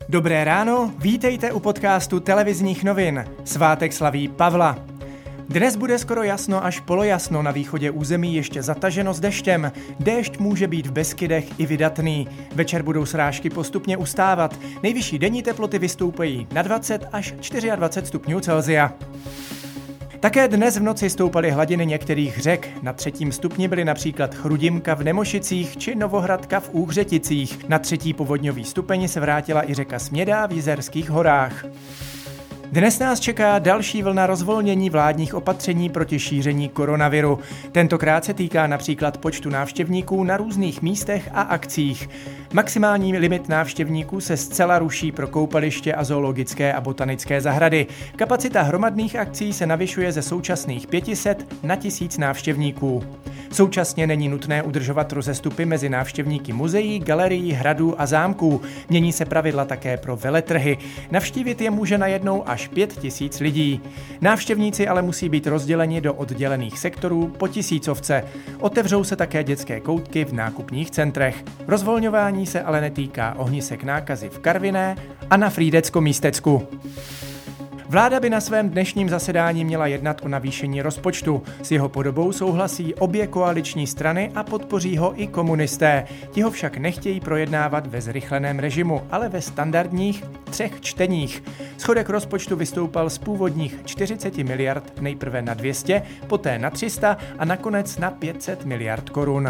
Dobré ráno, vítejte u podcastu televizních novin. Svátek slaví Pavla. Dnes bude skoro jasno až polojasno, na východě území ještě zataženo s deštěm. Déšť může být v Beskydech i vydatný. Večer budou srážky postupně ustávat. Nejvyšší denní teploty vystoupají na 20 až 24 stupňů Celsia. Také dnes v noci stoupaly hladiny některých řek. Na 3. stupni byly například Chrudimka v Nemošicích či Novohradka v Úhřeticích. Na 3. povodňový stupeň se vrátila i řeka Smědá v Jizerských horách. Dnes nás čeká další vlna rozvolnění vládních opatření proti šíření koronaviru. Tentokrát se týká například počtu návštěvníků na různých místech a akcích. Maximální limit návštěvníků se zcela ruší pro koupaliště a zoologické a botanické zahrady. Kapacita hromadných akcí se navyšuje ze současných 500 na 1000 návštěvníků. Současně není nutné udržovat rozestupy mezi návštěvníky muzeí, galerií, hradů a zámků. Mění se pravidla také pro veletrhy. Navštívit je může najednou až 5000 lidí. Návštěvníci ale musí být rozděleni do oddělených sektorů po tisícovce. Otevřou se také dětské koutky v nákupních centrech. Rozvolňování se ale netýká ohnisek nákazy v Karviné a na Frýdecko-Místecku. Vláda by na svém dnešním zasedání měla jednat o navýšení rozpočtu. S jeho podobou souhlasí obě koaliční strany a podpoří ho i komunisté. Ti ho však nechtějí projednávat ve zrychleném režimu, ale ve standardních 3 čteních. Schodek rozpočtu vystoupal z původních 40 miliard nejprve na 200, poté na 300 a nakonec na 500 miliard korun.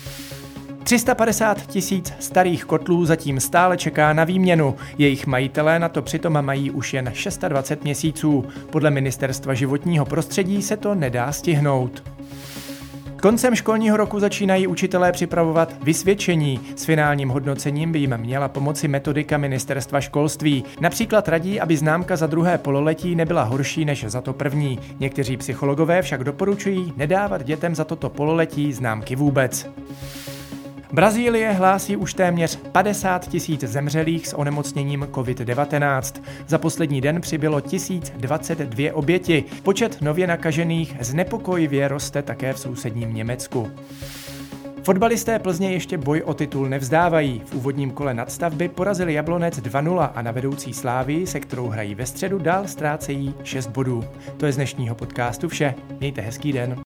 350 000 starých kotlů zatím stále čeká na výměnu. Jejich majitelé na to přitom mají už jen 26 měsíců. Podle Ministerstva životního prostředí se to nedá stihnout. Koncem školního roku začínají učitelé připravovat vysvědčení. S finálním hodnocením by jim měla pomoci metodika Ministerstva školství. Například radí, aby známka za druhé pololetí nebyla horší než za to první. Někteří psychologové však doporučují nedávat dětem za toto pololetí známky vůbec. Brazílie hlásí už téměř 50 000 zemřelých s onemocněním COVID-19. Za poslední den přibylo 1022 oběti. Počet nově nakažených znepokojivě roste také v sousedním Německu. Fotbalisté Plzně ještě boj o titul nevzdávají. V úvodním kole nadstavby porazili Jablonec 2-0 a na vedoucí Slávii, se kterou hrají ve středu, dál ztrácejí 6 bodů. To je z dnešního podcastu vše. Mějte hezký den.